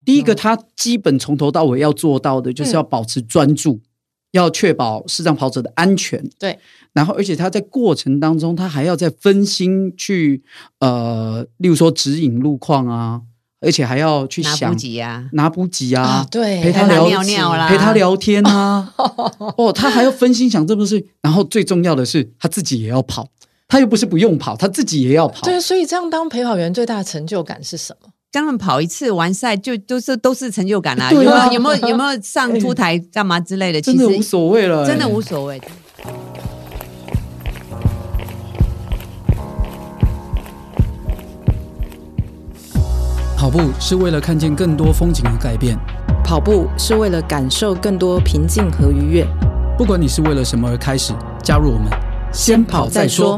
第一个，他基本从头到尾要做到的就是要保持专注，要确保视障跑者的安全。 对， 然后而且他在过程当中，他还要再分心去例如说指引路况啊，而且还要去想拿补给啊， 对， 陪他聊天啊，他还要分心想这么事。然后最重要的是他自己也要跑，他又不是不用跑，他自己也要跑。 对，所以这样当陪跑员最大的成就感是什么？ 跟他们跑一次完赛就都是成就感啦、 对啊， 有没有上凸台干嘛之类的， 真的无所谓了、 真的无所谓。 跑步是为了看见更多风景和改变， 跑步是为了感受更多平静和愉悦。 不管你是为了什么而开始，加入我们，先跑再说。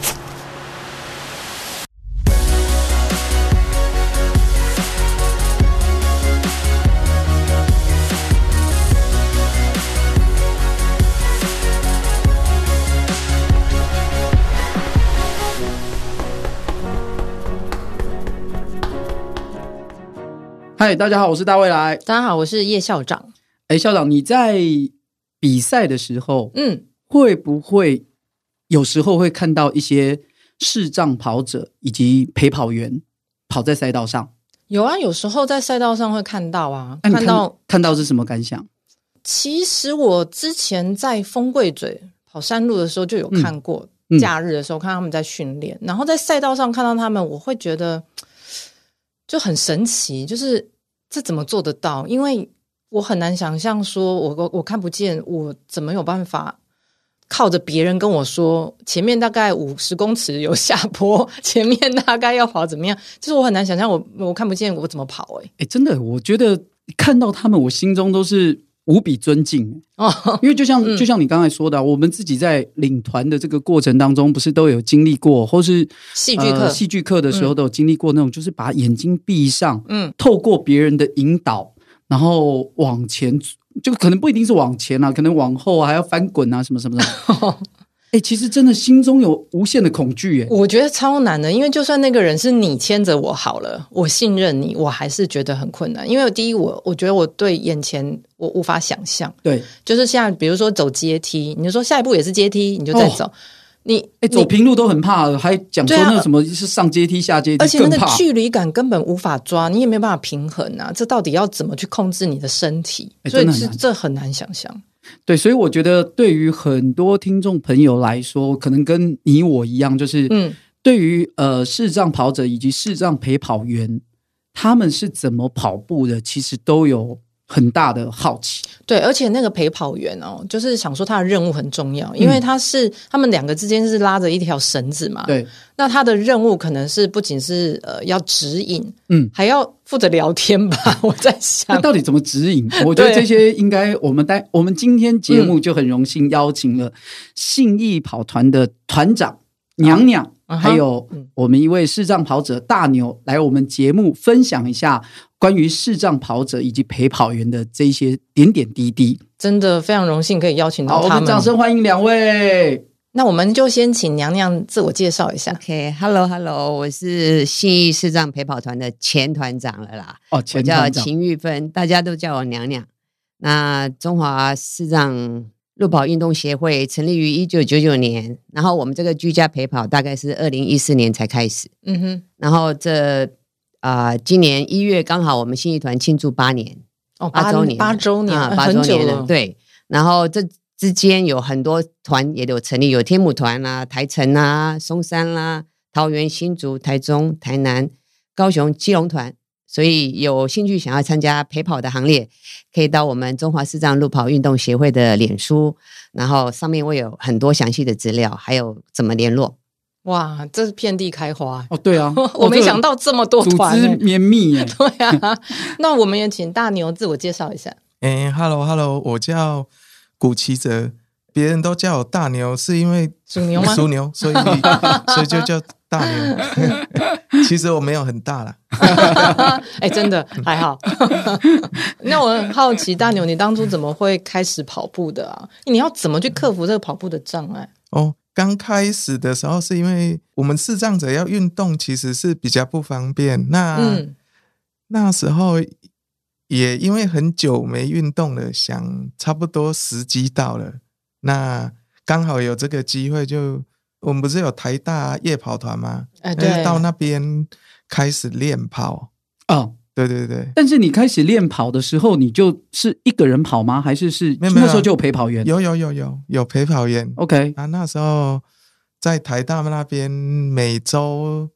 嗨，大家好，我是大未来。 大家好，我是叶校长。 校长，你在比赛的时候，会不会有时候会看到一些视障跑者以及陪跑员跑在赛道上？ 有啊，有时候在赛道上会看到啊。 看到是什么感想？ 其实我之前在丰贵嘴跑山路的时候就有看过，假日的时候看他们在训练，然后在赛道上看到他们，我会觉得就很神奇，就是这怎么做得到？因为我很难想象说我看不见，我怎么有办法靠着别人跟我说前面大概50公尺有下坡，前面大概要跑怎么样，就是我很难想象我看不见我怎么跑。 真的，我觉得看到他们我心中都是无比尊敬因为就像你刚才说的，我们自己在领团的这个过程当中不是都有经历过，或是戏剧课的时候都有经历过那种就是把眼睛闭上，透过别人的引导然后往前，就可能不一定是往前啊，可能往后还要翻滚啊什么什么的其实真的心中有无限的恐惧我觉得超难的，因为就算那个人是你牵着我好了，我信任你，我还是觉得很困难。因为第一，我觉得我对眼前我无法想象， 对， 就是现在比如说走阶梯，你就说下一步也是阶梯，你就再走，你走平路都很怕，还讲说那什么是上阶梯下阶梯， 而且那个距离感根本无法抓，你也没有办法平衡啊，这到底要怎么去控制你的身体？所以这很难想象。 对，所以我觉得对于很多听众朋友来说，可能跟你我一样，就是对于视障跑者以及视障陪跑员，他们是怎么跑步的，其实都有很大的好奇。 对，而且那个陪跑员就是想说他的任务很重要，因为他们两个之间是拉着一条绳子嘛。 对，那他的任务可能是不仅是要指引，还要负责聊天吧。我在想， 那到底怎么指引？我觉得这些应该我们今天节目就很荣幸邀请了信义跑团的团长娘娘。还有我们一位视障跑者大牛来我们节目分享一下关于视障跑者以及陪跑员的这些点点滴滴， 真的非常荣幸可以邀请到他们。 好，我们掌声欢迎两位。 那我们就先请娘娘自我介绍一下。 OK，Hello， 我是信义视障陪跑团的前团长了啦。 前团长， 我叫秦玉芬，大家都叫我娘娘。那中华视障路跑运动协会成立于1999年，然后我们这个居家陪跑大概是2014年才开始。然后今年1月刚好我们信义团庆祝8年，8周年很久了。 对，然后这之间有很多团也有成立，有天母团啊、台城啊、松山啦、桃园、新竹、台中、台南、高雄、基隆团。所以有兴趣想要参加陪跑的行列，可以到我们中华视障路跑运动协会的脸书，然后上面会有很多详细的资料，还有怎么联络。 哇，这是遍地开花对啊我没想到这么多团， 组织绵密对啊，那我们也请大牛自我介绍一下。 Hello， 我叫古奇哲，别人都叫我大牛，是因为属牛吗？ 属牛，所以就叫大牛。其实我没有很大啦真的还好那我很好奇，大牛你当初怎么会开始跑步的啊？你要怎么去克服这个跑步的障碍？ 刚开始的时候是因为我们视障者要运动其实是比较不方便，那时候也因为很久没运动了，想差不多时机到了，那刚好有这个机会，就我们不是有台大夜跑团吗？ 对， 到那边开始练跑。 哦， 对对对。 但是你开始练跑的时候，你就是一个人跑吗？还是那时候就有陪跑员？ 有陪跑员。 OK 啊，那时候在台大那边每周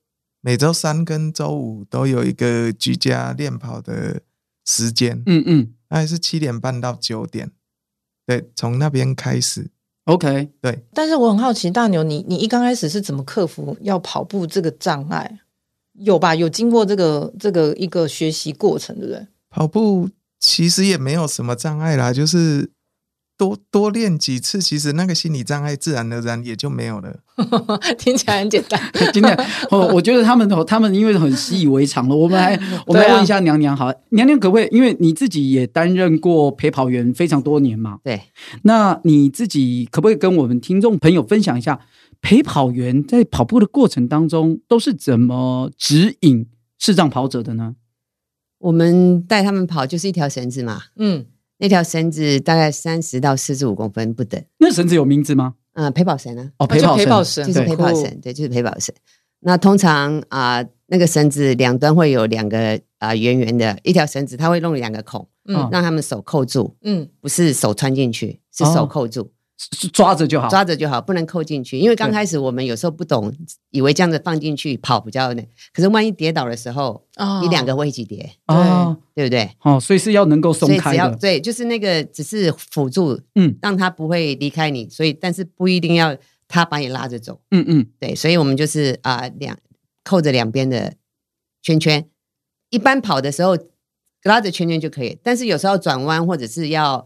3跟周5都有一个居家练跑的时间。大概是7点半到9点。对，从那边开始。 OK， 对。 但是我很好奇，大牛，你一刚开始是怎么克服要跑步这个障碍？有吧？有经过这个一个学习过程，对不对？ 跑步其实也没有什么障碍啦，就是多练几次，其实那个心理障碍自然而然也就没有了。 听起来很简单。 今天我觉得他们因为很习以为常了，我们来问一下娘娘好，娘娘可不可以？因为你自己也担任过陪跑员非常多年嘛， 对， 那你自己可不可以跟我们听众朋友分享一下，陪跑员在跑步的过程当中都是怎么指引视障跑者的呢？ 我们带他们跑就是一条绳子嘛，那条绳子大概30到45公分不等。 那绳子有名字吗？ 陪跑绳啊。 哦，陪跑绳就是陪跑绳，对，就是陪跑绳。那通常那个绳子两端会有2个圆圆的一条绳子，它会弄2个孔，让他们手扣住，不是手穿进去，是手扣住。 抓着就好， 不能扣进去。因为刚开始我们有时候不懂，以为这样子放进去跑比较那，可是万一跌倒的时候，你2个会一起跌，对不对？ 所以是要能够松开的。 对，就是那个只是辅助，让他不会离开你，所以但是不一定要他把你拉着走，对，所以我们就是扣着2边的圈圈，一般跑的时候拉着圈圈就可以，但是有时候转弯或者是要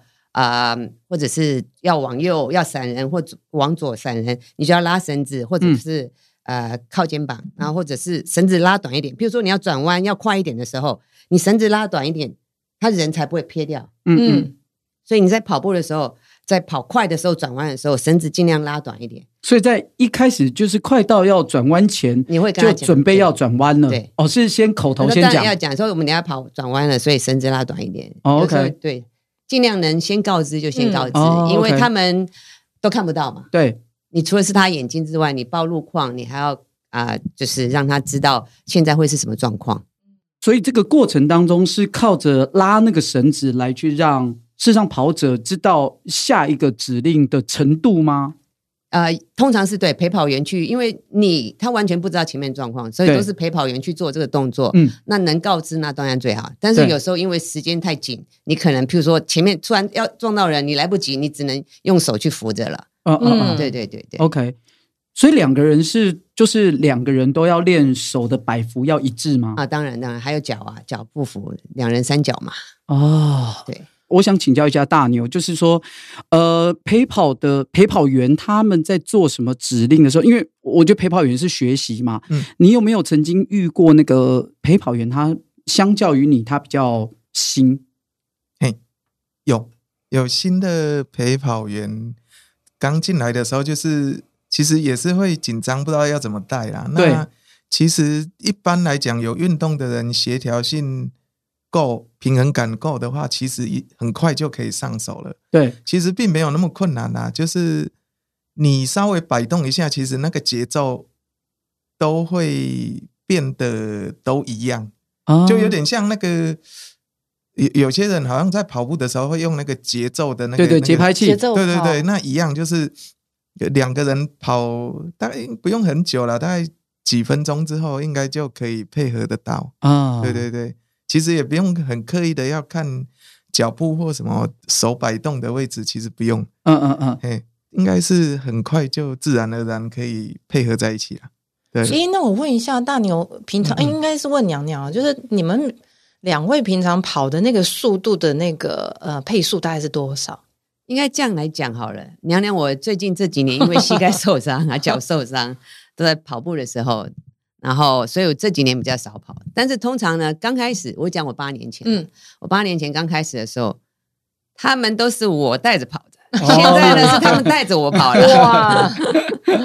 往右要闪人或往左闪人，你就要拉绳子，或者是靠肩膀，然后或者是绳子拉短一点。比如说你要转弯要快一点的时候，你绳子拉短一点，他人才不会撇掉。所以你在跑步的时候，在跑快的时候转弯的时候，绳子尽量拉短一点。 所以在一开始就是快到要转弯前， 你会跟他讲就准备要转弯了。 对， 是先口头先讲， 要讲说我们等一下跑转弯了，所以绳子拉短一点。 OK， 对。尽量能先告知就先告知，因为他们都看不到嘛。 对， 你除了是他眼睛之外，你报路况，你还要就是让他知道现在会是什么状况。 所以这个过程当中是靠着拉那个绳子来去让视障跑者知道下一个指令的程度吗？ 通常是对陪跑员去，因为他完全不知道前面状况，所以都是陪跑员去做这个动作。那能告知那当然最好，但是有时候因为时间太紧，你可能譬如说前面突然要撞到人，你来不及，你只能用手去扶着了。对 OK， 所以2个人就是2个人都要练手的摆幅要一致吗？ 当然还有脚步幅，2人3脚嘛。对。 我想请教一下大牛，就是说，陪跑员他们在做什么指令的时候，因为我觉得陪跑员是学习嘛，你有没有曾经遇过那个陪跑员，他相较于你，他比较新？ 有新的陪跑员刚进来的时候，就是其实也是会紧张，不知道要怎么带啦。那其实一般来讲，有运动的人协调性够，平衡感够的话，其实很快就可以上手了。 对， 其实并没有那么困难啦，就是你稍微摆动一下，其实那个节奏都会变得都一样，就有点像那个有些人好像在跑步的时候会用那个节奏的那个对节拍器， 对，那一样就是2个人跑大概不用很久了，大概几分钟之后应该就可以配合得到对，其实也不用很刻意的要看脚步或什么手摆动的位置，其实不用。应该是很快就自然而然可以配合在一起了。对。 那我问一下大牛，平常应该是问娘娘，就是你们2位平常跑的那个速度的那个配速大概是多少？ 应该这样来讲好了，娘娘我最近这几年因为膝盖受伤脚受伤，都在跑步的时候，然后所以我这几年比较少跑，但是通常呢，刚开始我讲我8年前，我8年前刚开始的时候，他们都是我带着跑的，现在呢是他们带着我跑了。哇！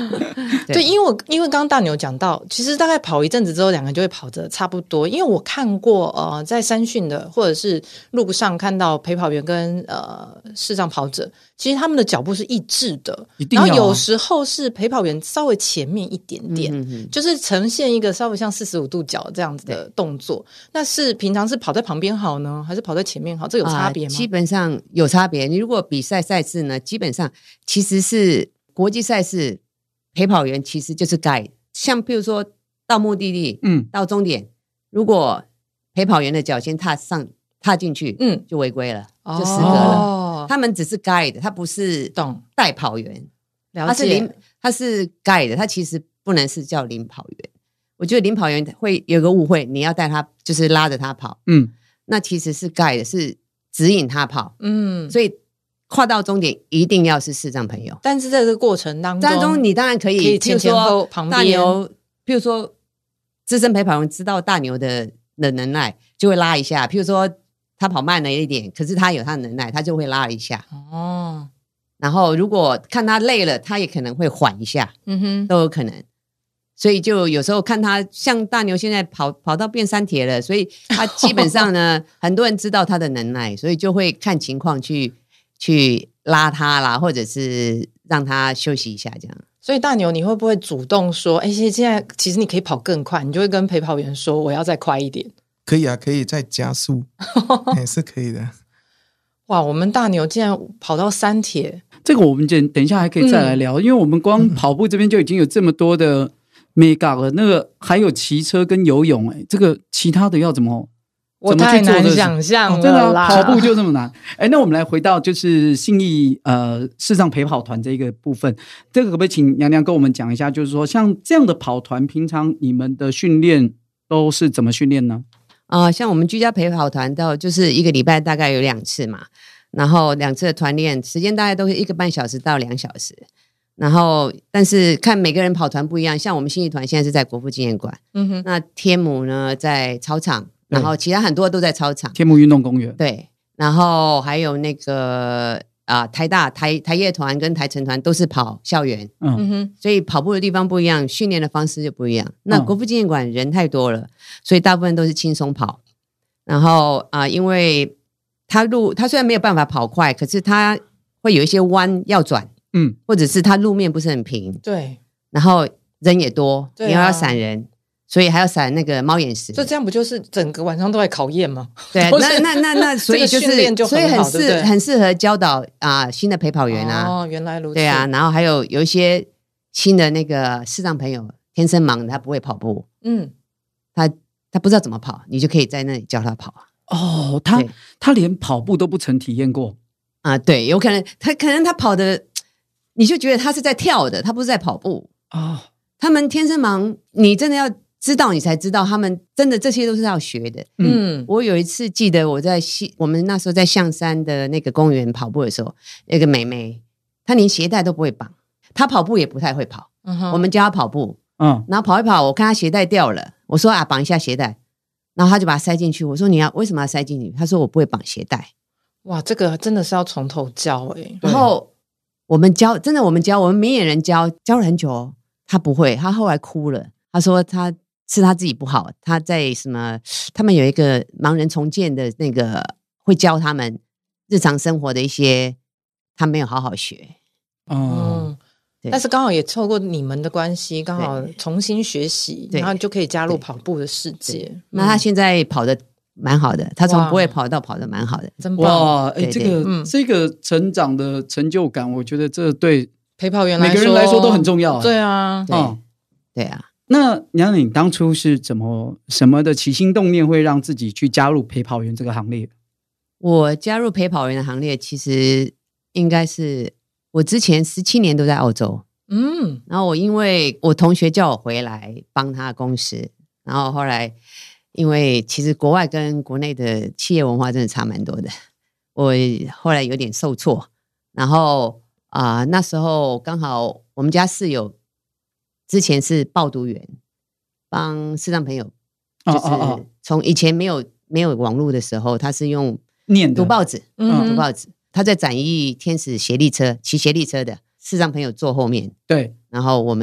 对，因为刚刚大牛讲到，其实大概跑一阵子之后，两个人就会跑着差不多。因为我看过在山训的或者是路上看到陪跑员跟视障跑者，其实他们的脚步是一致的，然后有时候是陪跑员稍微前面一点点，就是呈现一个稍微像45度角这样子的动作。那是平常是跑在旁边好呢，还是跑在前面好？这有差别吗？ 基本上有差别。你如果比赛事呢，基本上其实是国际赛事陪跑员其实就是 guide， 像譬如说到目的地，到终点，如果陪跑员的脚先踏进去，就违规了，就失格了。他们只是 guide， 他不是带跑员，他是 guide， 他其实不能是叫领跑员。我觉得领跑员会有个误会，你要带他就是拉着他跑，那其实是 guide， 是指引他跑，所以跨到终点一定要是视障朋友。 但是在这个过程当中你当然可以前后旁边大牛，譬如说资深陪跑员知道大牛的能耐，就会拉一下。譬如说他跑慢了一点，可是他有他的能耐，他就会拉一下。然后如果看他累了，他也可能会缓一下，都有可能。所以就有时候看他，像大牛现在跑到变三铁了，所以他基本上呢，很多人知道他的能耐，所以就会看情况去拉他啦，或者是让他休息一下这样。 所以大牛，你会不会主动说，现在其实你可以跑更快，你就会跟陪跑员说我要再快一点？ 可以啊，可以再加速，也是可以的。 哇，我们大牛竟然跑到三铁， 这个我们等一下还可以再来聊，因为我们光跑步这边就已经有这么多的 mega 了，那个还有骑车跟游泳，这个其他的要怎么我太难想象了， 真的跑步就这么难。那我们来回到就是信义视障陪跑团这个部分，这个可不可以请娘娘跟我们讲一下，就是说像这样的跑团，平常你们的训练都是怎么训练呢？ 像我们居家陪跑团到就是一个礼拜大概有2次嘛，然后2次的团练时间大概都是1个半小时到2小时。然后但是看每个人跑团不一样，像我们信义团现在是在国父纪念馆，那天母呢在操场，然后其他很多都在操场， 天母运动公园， 对，然后还有那个台大台业团跟台城团都是跑校园，所以跑步的地方不一样，训练的方式就不一样。那国父纪念馆人太多了，所以大部分都是轻松跑。然后因为他虽然没有办法跑快，可是他会有一些弯要转，或者是他路面不是很平， 对， 然后人也多，你要闪人。所以还要闪那个猫眼石， 所以这样不就是整个晚上都在考验吗？ 对，那所以就是就所以很适合教导新的陪跑员啊。 原来如此。 对啊，然后还有一些新的那个视障朋友，天生盲，他不会跑步，他不知道怎么跑，你就可以在那里教他跑。 他连跑步都不曾体验过对，有可能他跑的，你就觉得他是在跳的，他不是在跑步他们天生盲，你真的要知道你才知道，他们真的这些都是要学的。我有一次记得我们那时候在象山的那个公园跑步的时候，那个妹妹她连鞋带都不会绑，她跑步也不太会跑。我们教她跑步，然后跑一跑，我看她鞋带掉了，我说绑一下鞋带，然后她就把它塞进去。我说你为什么要塞进去？她说我不会绑鞋带。 哇，这个真的是要从头教然后我们明眼人教了很久她不会，她后来哭了。她说是她自己不好，她在他们有一个盲人重建的那个会教他们日常生活的一些，她没有好好学。 但是刚好也透过你们的关系，刚好重新学习，然后就可以加入跑步的世界。 那她现在跑得蛮好的，她从不会跑到跑得蛮好的， 真棒！ 哇，这个成长的成就感，我觉得这对陪跑员每个人来说都很重要。 对啊， 对啊。 那娘你当初是什么的起心动念会让自己去加入陪跑员这个行列？ 我加入陪跑员的行列，其实应该是我之前17年都在澳洲，然后因为我同学叫我回来帮他公司，然后后来因为其实国外跟国内的企业文化真的差蛮多的，我后来有点受挫，然后那时候刚好我们家室友之前是报读员，帮视障朋友，就是从以前没有网络的时候，他是用读报纸，读报纸。他在展翼天使协力车骑协力车的视障朋友坐后面， 对， 然后我们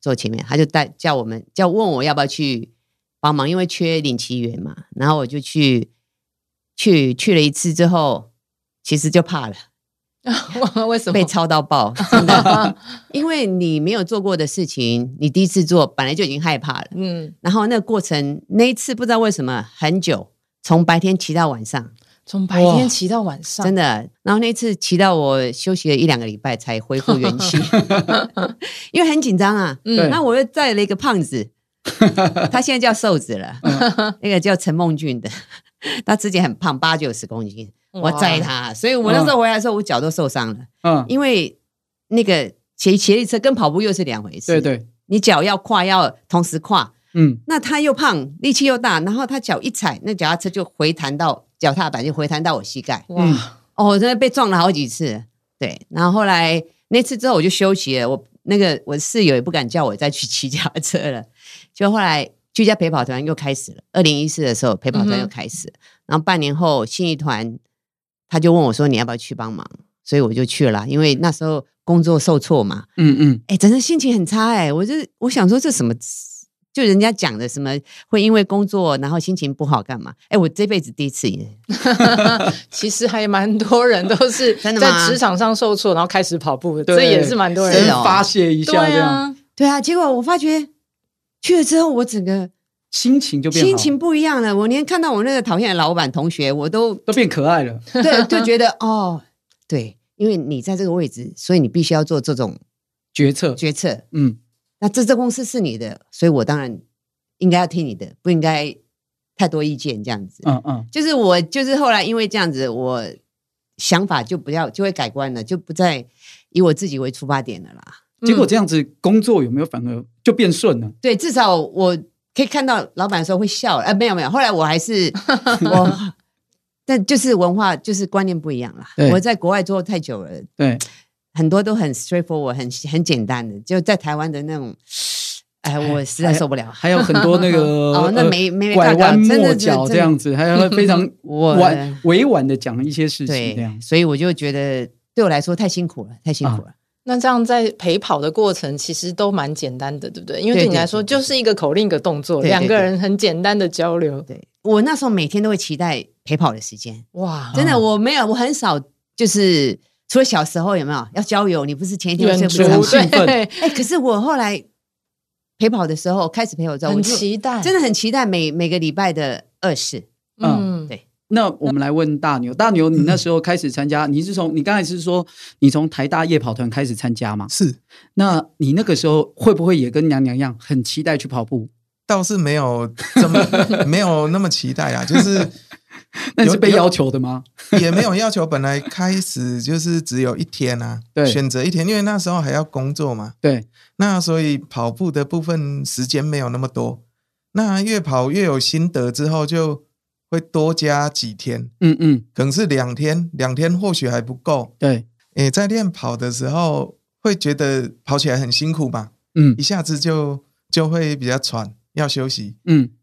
坐前面，他就问我要不要去帮忙，因为缺领骑员嘛。然后我就去了一次之后，其实就怕了。 为什么？ 被操到爆，真的。因为你没有做过的事情，你第一次做，本来就已经害怕了。然后那个过程，那一次不知道为什么很久，从白天骑到晚上， 从白天骑到晚上， 真的。然后那一次骑到我休息了1-2个礼拜才恢复元气，因为很紧张啊。那我又载了一个胖子，他现在叫瘦子了，那个叫陈梦俊的，他之前很胖，80-90公斤。我载他，所以我那时候回来的时候，我脚都受伤了。因为那个骑力车跟跑步又是2回事。 对， 你脚要跨，要同时跨。那他又胖，力气又大，然后他脚一踩，那脚踏车就回弹到脚踏板，就回弹到我膝盖。我真的被撞了好几次。对，然后后来那次之后我就休息了，我的室友也不敢叫我再去骑脚踏车了。就后来居家陪跑团又开始了，2014的时候陪跑团又开始了，然后半年后信义团。他就问我说：“你要不要去帮忙？”所以我就去了，因为那时候工作受挫嘛。真的心情很差。我想说这什么，就人家讲的什么会因为工作然后心情不好干嘛？我这辈子第一次。 其实还蛮多人都是在职场上受挫，然后开始跑步的，这也是蛮多人发泄一下这样。 对啊，结果我发觉去了之后，我整个。 心情就变好， 心情不一样了。我连看到我那个讨厌的老板同学，我都变可爱了。 对，就觉得对，因为你在这个位置，所以你必须要做这种决策。 那这公司是你的，所以我当然应该要听你的，不应该太多意见这样子。就是后来因为这样子，我想法就会改观了，就不再以我自己为出发点了啦。 结果这样子工作有没有反而就变顺了？ 对，至少我。可以看到老板的时候会笑没有，后来我还是但就是文化就是观念不一样啦。我在国外做太久了， 对， 很多都很 straightforward， 很简单的，就在台湾的那种，我实在受不了。 还有很多那个那没拐弯抹角这样子，还有非常委婉的讲一些事情这样， 所以我就觉得对我来说太辛苦了。 那这样在陪跑的过程其实都蛮简单的，对不对？因为对你来说就是一个口令一个动作，两个人很简单的交流。 对，我那时候每天都会期待陪跑的时间。哇，真的我很少，就是除了小时候有没有要郊游，你不是前一天晚上不是很兴奋？可是我后来陪跑的时候，开始陪跑之后， 很期待， 真的很期待每个礼拜的24。对。 那我们来问大牛，你那时候开始参加，你刚才是说你从台大夜跑团开始参加吗？ 是。 那你那个时候会不会也跟娘娘一样，很期待去跑步？ 倒是没有没有那么期待啊，就是。 那你是被要求的吗？ 也没有要求，本来开始就是只有1天啊，对，选择1天，因为那时候还要工作嘛。 对。 那所以跑步的部分时间没有那么多，那越跑越有心得之后就。会多加几天，可能是2天或许还不够。 对， 在练跑的时候会觉得跑起来很辛苦嘛，一下子就会比较喘，要休息。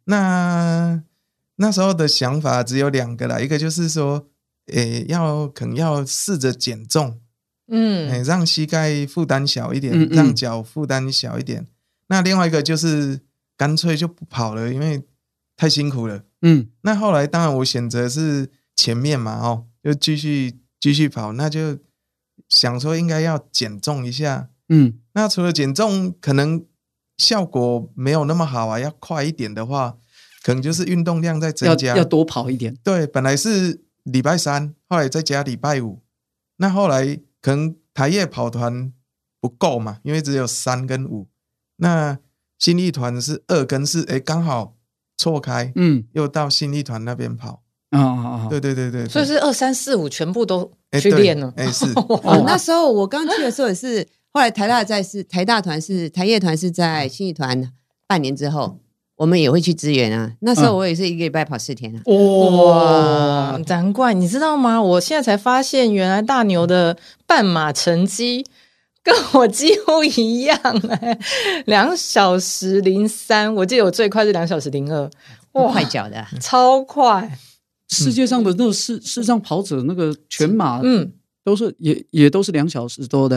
那时候的想法只有2个啦，一个就是说，可能要试着减重，让膝盖负担小一点，让脚负担小一点。那另外一个就是干脆就不跑了，因为太辛苦了。那后来当然我选择是前面嘛，就继续跑，那就想说应该要减重一下。那除了减重可能效果没有那么好啊，要快一点的话可能就是运动量再增加， 要多跑一点。 对，本来是礼拜3，后来再加礼拜5，那后来可能台夜跑团不够嘛，因为只有3跟5，那信义团是2跟4，刚好错开，又到信义团那边跑。对， 所以是2、3、4、5全部都去练了。 是。 那时候我刚去的时候也是，后来台夜团是在信义团半年之后，我们也会去支援啊。那时候我也是1个礼拜跑4天啊。 哇，难怪，你知道吗？我现在才发现，原来大牛的半马成绩跟我几乎一样，2小时03，我记得我最快是2小时02， 哇，快脚的， 超快。 世界上的那个世上跑者那个全马，都是也都是2小时多的。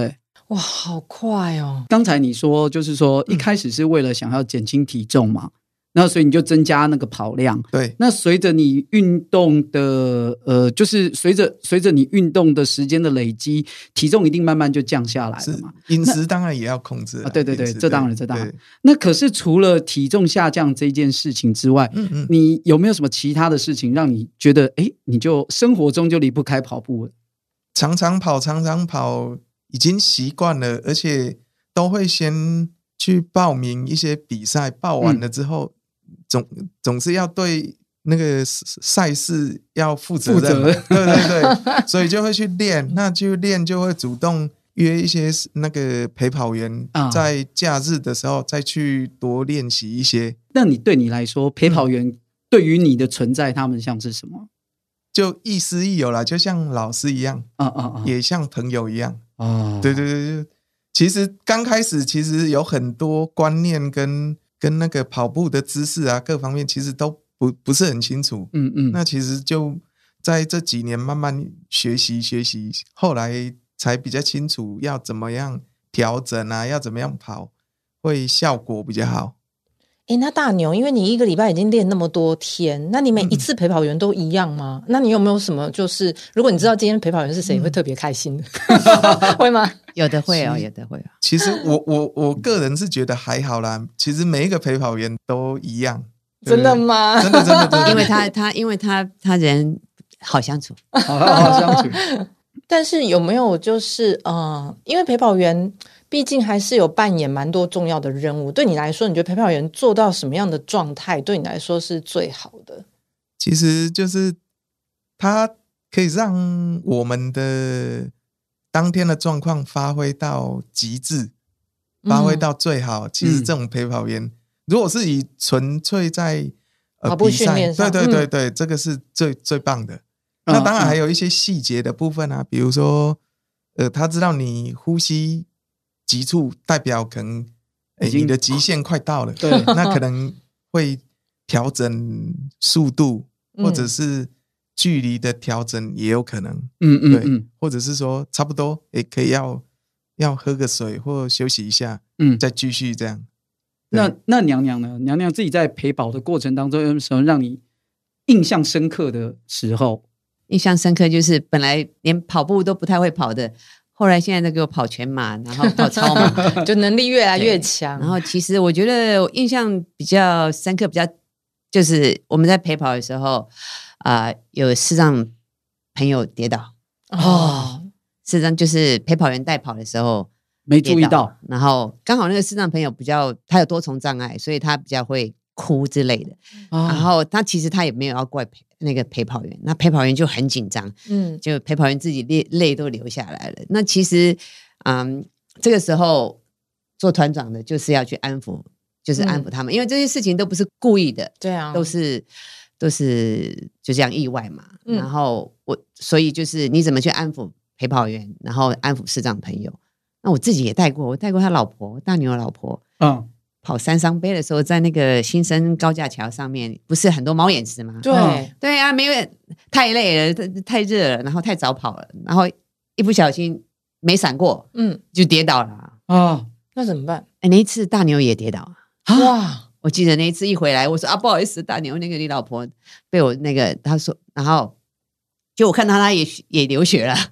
哇，好快哦！ 刚才你说就是说一开始是为了想要减轻体重嘛，那所以你就增加那个跑量。 对， 那随着你运动的就是随着你运动的时间的累积，体重一定慢慢就降下来了嘛。 饮食当然也要控制对对对，这当然。那可是除了体重下降这件事情之外，你有没有什么其他的事情让你觉得你就生活中就离不开跑步了？ 常常跑已经习惯了，而且都会先去报名一些比赛，报完了之后总是要对那个赛事要负责任嘛，对，所以就会去练，那就练就会主动约一些那个陪跑员，在假日的时候再去多练习一些。 那对你来说，陪跑员对于你的存在，他们像是什么？ 就亦师亦友啦，就像老师一样，也像朋友一样。对，其实刚开始其实有很多观念跟那个跑步的知识啊，各方面其实都不是很清楚。那其实就在这几年慢慢学习，后来才比较清楚要怎么样调整啊，要怎么样跑会效果比较好。 那大牛，因为你一个礼拜已经练那么多天，那你每一次陪跑员都一样吗？那你有没有什么就是如果你知道今天陪跑员是谁，会特别开心的？会吗？ 有的会哦。 其实我个人是觉得还好啦，其实每一个陪跑员都一样。 真的吗？ 真的因为他人好相处， 好相处。 但是有没有就是因为陪跑员毕竟还是有扮演蛮多重要的任务，对你来说，你觉得陪跑员做到什么样的状态对你来说是最好的？ 其实就是他可以让我们的当天的状况发挥到极致，发挥到最好。其实这种陪跑员，如果是以纯粹在跑步训练上， 对，这个是最棒的。那当然还有一些细节的部分啊，比如说他知道你呼吸急促，代表可能你的极限快到了，对，那可能会调整速度，或者是距离的调整也有可能，对，或者是说差不多可以要喝个水或休息一下，再继续这样。 那娘娘呢？娘娘自己在陪跑的过程当中，有什么让你印象深刻的时候？ 印象深刻就是本来连跑步都不太会跑的，后来现在都给我跑全马，然后跑超马， 就能力越来越强。 然后其实我觉得我印象比较深刻，就是我们在陪跑的时候，有视障朋友跌倒视障就是陪跑员带跑的时候没注意到， 然后刚好那个视障朋友他有多重障碍，所以他比较会哭之类的。然后其实他也没有要怪那个陪跑员，那陪跑员就很紧张，就陪跑员自己泪都流下来了。那其实这个时候做团长的就是要去安抚他们，因为这些事情都不是故意的， 对啊， 都是就这样意外嘛。然后所以就是你怎么去安抚陪跑员，然后安抚视障朋友。那我自己也带过，我带过他老婆，大牛的老婆，跑三商杯的时候，在那个新生高架桥上面，不是很多猫眼石吗？对啊，没有，太累了，太热了，然后太早跑了，然后一不小心没闪过，就跌倒了那怎么办？ 那一次大牛也跌倒哇！ 我记得那一次一回来，我说不好意思，大牛，那个你老婆被我那个他说，然后就我看到他也流血了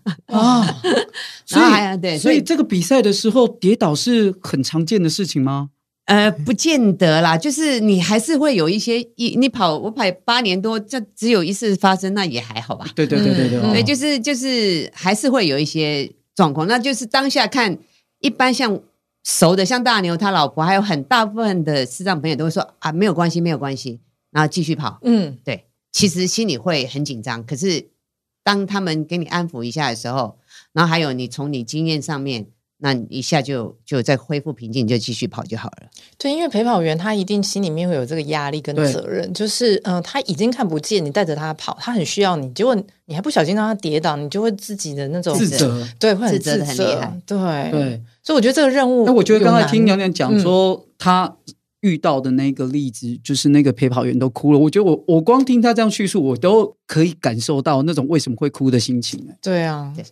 所以这个比赛的时候跌倒是很常见的事情吗？ 不见得啦，就是你还是会有一些我跑8年多，就只有一次发生，那也还好吧。 对， 就是还是会有一些状况，那就是当下看，一般像熟的，像大牛他老婆，还有很大部分的视障朋友都会说没有关系，然后继续跑。对，其实心里会很紧张，可是当他们给你安抚一下的时候，然后还有你从你经验上面。那一下就再恢复平静，就继续跑就好了。 对，因为陪跑员他一定心里面会有这个压力跟责任，就是他已经看不见你带着他跑，他很需要你，结果你还不小心让他跌倒，你就会自己的那种自责， 对，会很自责， 很厉害。 对，所以我觉得这个任务， 那我觉得刚才听娘娘讲说，他遇到的那个例子，就是那个陪跑员都哭了。我觉得我光听他这样叙述，我都可以感受到那种为什么会哭的心情。 对啊。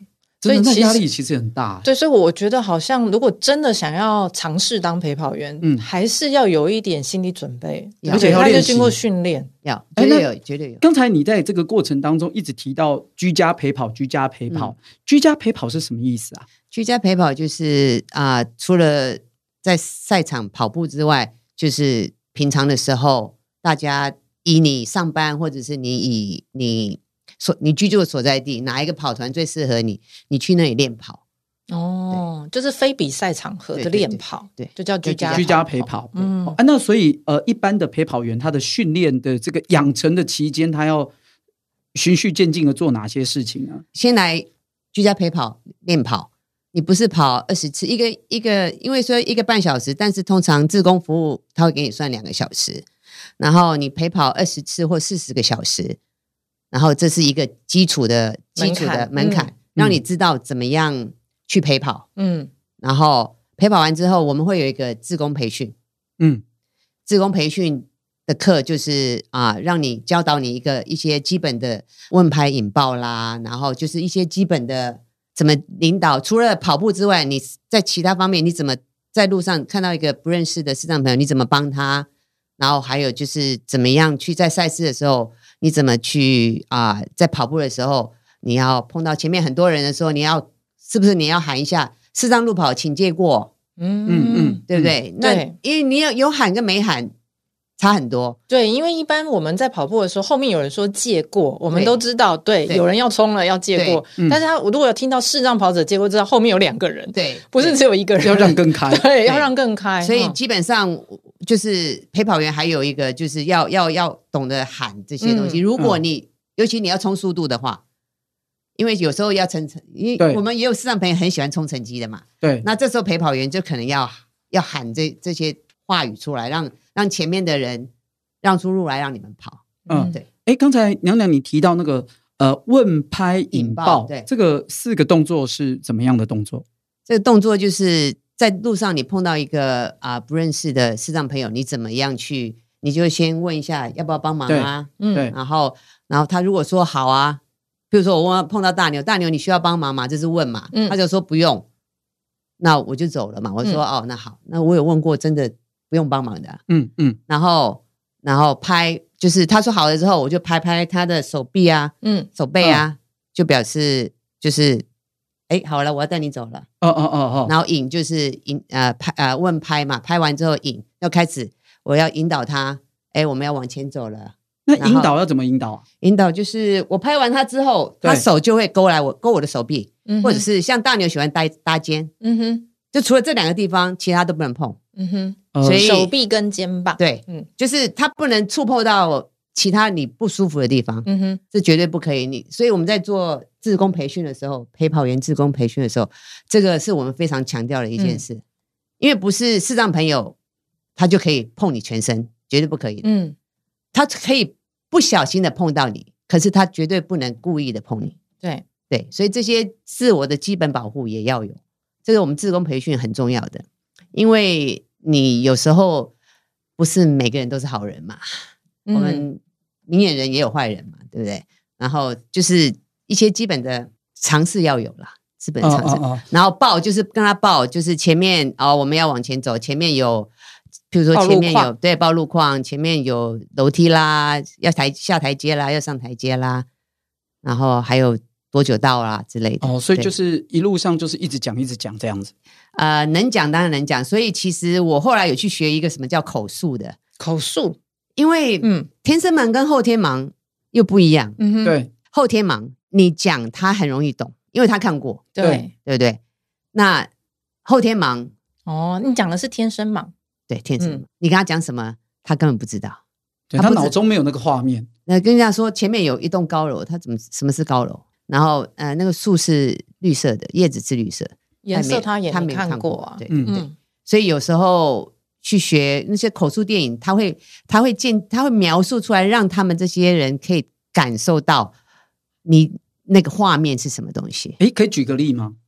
真的那压力其实很大。 对，所以我觉得好像如果真的想要尝试当陪跑员，还是要有一点心理准备， 而且要经过训练， 绝对有，绝对有。 刚才你在这个过程当中一直提到居家陪跑，居家陪跑，居家陪跑是什么意思啊？ 居家陪跑就是除了在赛场跑步之外，就是平常的时候，大家以你上班或者是你居住的所在地哪一个跑团最适合你，你去那里练跑。 就是非比赛场合的练跑， 对， 就叫居家陪跑。那所以一般的陪跑员他的训练的这个养成的期间，他要循序渐进的做哪些事情呢？ 先来居家陪跑练跑，你不是跑20次，一个，因为说1个半小时，但是通常志工服务他会给你算2个小时，然后你陪跑20次或40个小时，然后这是一个基础的门槛，让你知道怎么样去陪跑。然后陪跑完之后，我们会有一个志工培训。志工培训的课就是让你教导你一些基本的问拍引爆啦，然后就是一些基本的怎么领导。除了跑步之外，你在其他方面你怎么在路上看到一个不认识的视障朋友，你怎么帮他？然后还有就是怎么样去在赛事的时候，你怎么去在跑步的时候，你要碰到前面很多人的时候，是不是你要喊一下视障路跑请借过？对不对？那因为你有喊跟没喊差很多。 对，因为一般我们在跑步的时候，后面有人说借过，我们都知道，对，有人要冲了要借过。但是我如果有听到视障跑者借过，知道后面有2个人，对，不是只有1个人， 要让更开， 对，要让更开。 所以基本上就是陪跑员还有一个就是要懂得喊这些东西。如果尤其你要冲速度的话。因为有时候要因为我们也有视障朋友很喜欢冲成绩的嘛，对，那这时候陪跑员就可能要喊这些话语出来，让前面的人让出路来让你们跑。 对。刚才娘娘你提到那个问拍引爆， 对， 这个4个动作是怎么样的动作？ 这个动作就是在路上你碰到一个不认识的视障朋友，你怎么样去？你就先问一下要不要帮忙啊？对，然后他如果说好啊。比如说我碰到大牛你需要帮忙吗？这是问嘛，他就说不用，那我就走了嘛。我说那好，那我有问过真的不用帮忙的。然后拍，就是他说好了之后，我就拍他的手臂啊，手背啊，就表示就是好了，我要带你走了。然后引就是问拍嘛，拍完之后引要开始，我要引导他，我们要往前走了。 那引导要怎么引导啊？ 引导就是我拍完他之后，他手就会勾我的手臂，或者是像大牛喜欢搭肩，就除了这2个地方，其他都不能碰。 所以手臂跟肩膀， 对，就是他不能触碰到其他你不舒服的地方，这绝对不可以。所以我们在做志工培训的时候，陪跑员志工培训的时候，这个是我们非常强调的一件事，因为不是视障朋友他就可以碰你全身，绝对不可以。他可以不小心的碰到你，可是他绝对不能故意的碰你。对，所以这些自我的基本保护也要有，这个我们志工培训很重要的，因为你有时候不是每个人都是好人嘛，我们明眼人也有坏人嘛，对不对？然后就是一些基本的常识要有啦，基本常识。然后报就是跟他报，就是前面我们要往前走，前面有。譬如说前面有报路况，前面有楼梯啦，要下台阶啦，要上台阶啦，然后还有多久到啦之类的。 所以就是一路上就是一直讲这样子。 能讲当然能讲，所以其实我后来有去学一个什么叫口述的口述， 因为天生盲跟后天盲又不一样。 对， 后天盲你讲他很容易懂，因为他看过，对不对？那后天盲你讲的是天生盲。 对，天生你跟他讲什么他根本不知道， 他脑中没有那个画面。 那跟人家说前面有一栋高楼，他什么是高楼？然后那个树是绿色的，叶子是绿色， 颜色他也没看过啊。 对，所以有时候去学那些口述电影，他会描述出来，让他们这些人可以感受到你那个画面是什么东西。 可以举个例吗？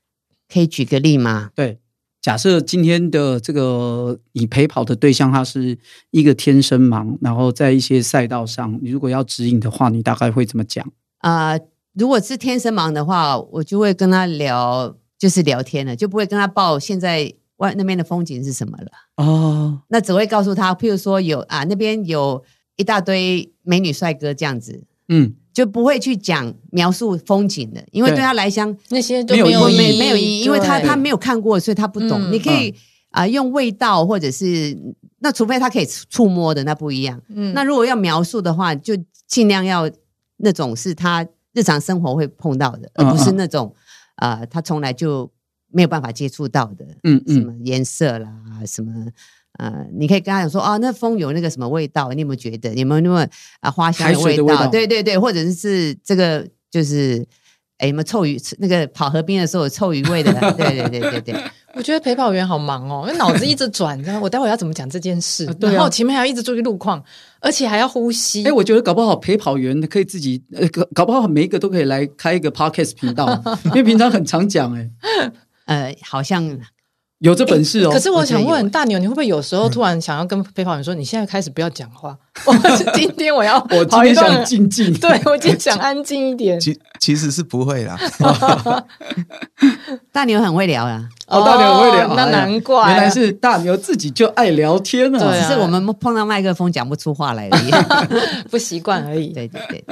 对。假设今天的这个你陪跑的对象他是一个天生盲，然后在一些赛道上你如果要指引的话，你大概会怎么讲？ 如果是天生盲的话，我就会跟他聊，就是聊天了，就不会跟他报现在那边的风景是什么了。哦，那只会告诉他，譬如说那边有一大堆美女帅哥这样子，就不会去讲描述风景的，因为对他来讲那些就没有意义， 因为他没有看过，所以他不懂。你可以用味道，或者是那除非他可以触摸的，那不一样。那如果要描述的话，就尽量要那种是他日常生活会碰到的，而不是那种他从来就没有办法接触到的，什么颜色啦，什么你可以跟他讲说那风有那个什么味道，你有没有觉得？有没有那么花香的味道？对对对，或者是这个就是有没有臭鱼？那个跑河边的时候有臭鱼味的？对对对对对。 我觉得陪跑员好忙哦，因为脑子一直转，我待会要怎么讲这件事？然后前面还要一直注意路况，而且还要呼吸。 我觉得搞不好陪跑员可以自己搞不好每一个都可以来开一个 podcast 频道，因为平常很常讲好像有这本事哦。 可是我想问大牛，你会不会有时候突然想要跟陪跑员说，你现在开始不要讲话，今天我今天想静静， 对，我今天想安静一点。 其实是不会啦。 大牛很会聊啦。 大牛很会聊， 那难怪原来是大牛自己就爱聊天啊。 对，只是我们碰到麦克风讲不出话来而已， 不习惯而已。 对对对。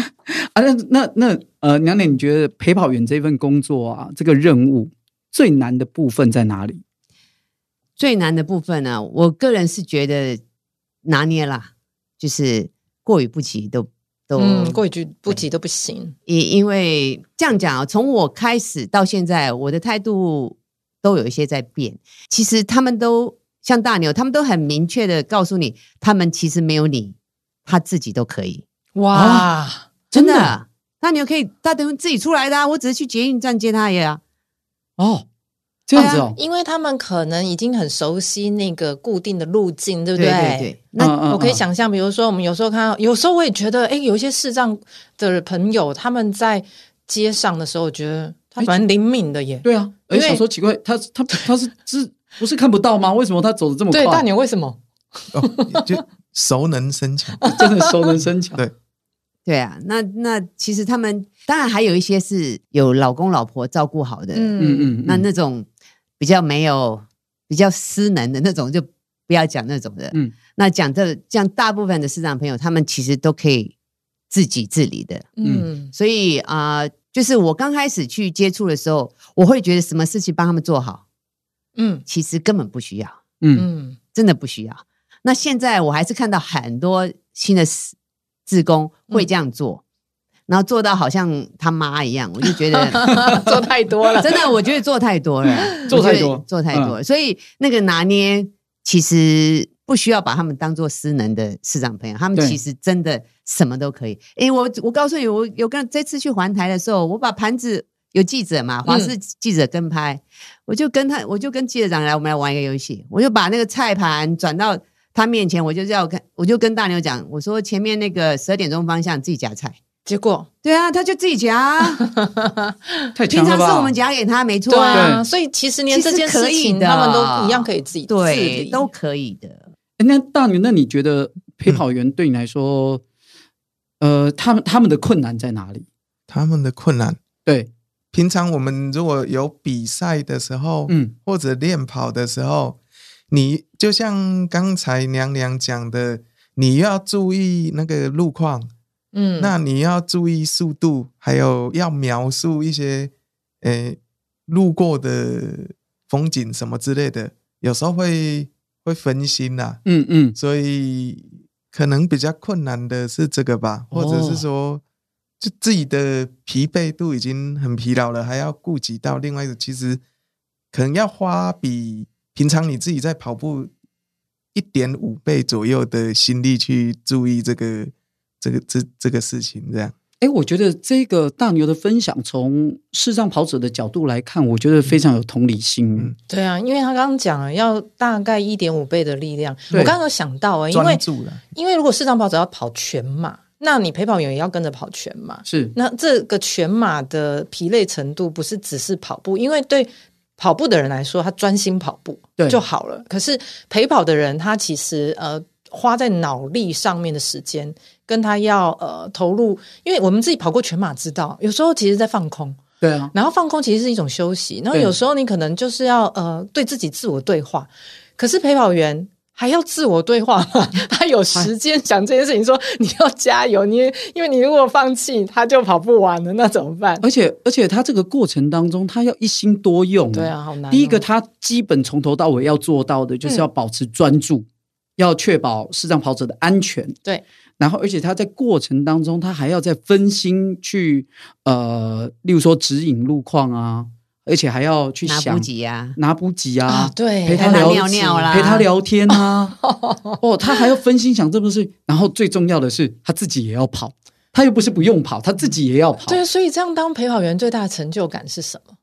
那娘娘，你觉得陪跑员这份工作这个任务最难的部分在哪里？ 最难的部分呢，我个人是觉得拿捏啦，就是过于不及都过于不及都不行。 因为这样讲从我开始到现在，我的态度都有一些在变。其实他们都像大牛，他们都很明确的告诉你，他们其实没有你，他自己都可以。 哇， 真的，大牛可以，大牛自己出来的我只是去捷运站接他也这样子哦， 因为他们可能已经很熟悉那个固定的路径，对不对？ 对对对。 那我可以想象，比如说我们有时候看到，有时候我也觉得，有一些视障的朋友，他们在街上的时候，我觉得他蛮灵敏的耶。 对啊，想说奇怪，他是不是看不到吗？为什么他走得这么快？ 对，大牛为什么？ 就熟能生巧， 真的熟能生巧。 对啊，那其实他们当然还有一些是有老公老婆照顾好的，那种比较失能的那种，就不要讲那种的。那讲这样大部分的视障朋友，他们其实都可以自己自理的。所以就是我刚开始去接触的时候，我会觉得什么事情帮他们做好，其实根本不需要，真的不需要。那现在我还是看到很多新的志工会这样做，然后做到好像他妈一样，我就觉得做太多了， 真的，我觉得做太多了，做太多了。所以那个拿捏其实不需要把他们当做失能的视障朋友，他们其实真的什么都可以。我告诉你，我有这次去环台的时候，我把盘子，有记者嘛，华视记者跟拍，我就跟记者长来，我们来玩一个游戏，我就把那个菜盘转到他面前，我就跟大牛讲，我说前面那个12点钟方向自己夹菜。 结果对啊，他就自己夹， 太强了吧？ 平常是我们夹给他，没错对啊。所以其实连这件事情他们都一样可以自己自理， 都可以的。 那大牛，那你觉得陪跑员对你来说，他们的困难在哪里？ 他们的困难， 对， 平常我们如果有比赛的时候，或者练跑的时候，你就像刚才娘娘讲的，你要注意那个路况，那你要注意速度，还有要描述一些路过的风景什么之类的，有时候会分心啦，所以可能比较困难的是这个吧，或者是说，就自己的疲惫度已经很疲劳了，还要顾及到另外一个，其实可能要花比平常你自己在跑步 1.5 倍左右的心力去注意这个事情，这样。 我觉得这个大牛的分享，从视障跑者的角度来看，我觉得非常有同理心。 对啊，因为他刚刚讲了要大概 1.5 倍的力量，我刚刚有想到因为如果视障跑者要跑全马，那你陪跑员也要跟着跑全马， 是那这个全马的疲累程度不是只是跑步，因为对跑步的人来说，他专心跑步就好了。可是陪跑的人，他其实花在脑力上面的时间， 跟他要投入，因为我们自己跑过全马知道，有时候其实在放空。 对啊， 然后放空其实是一种休息，然后有时候你可能就是要对自己自我对话，可是陪跑员还要自我对话吗？他有时间想这件事情，说你要加油，因为你如果放弃，他就跑不完了，那怎么办？ 而且他这个过程当中，他要一心多用。 对啊，好难。 第一个，他基本从头到尾要做到的，就是要保持专注，要确保视障跑者的安全。 对。 然后，而且他在过程当中，他还要再分心去例如说指引路况啊，而且还要去想拿补给啊， 对， 陪他尿尿啦， 陪他聊天啊。他还要分心想这不是。然后最重要的是，他自己也要跑，他又不是不用跑，他自己也要跑。 对，所以这样当陪跑员最大的成就感是什么？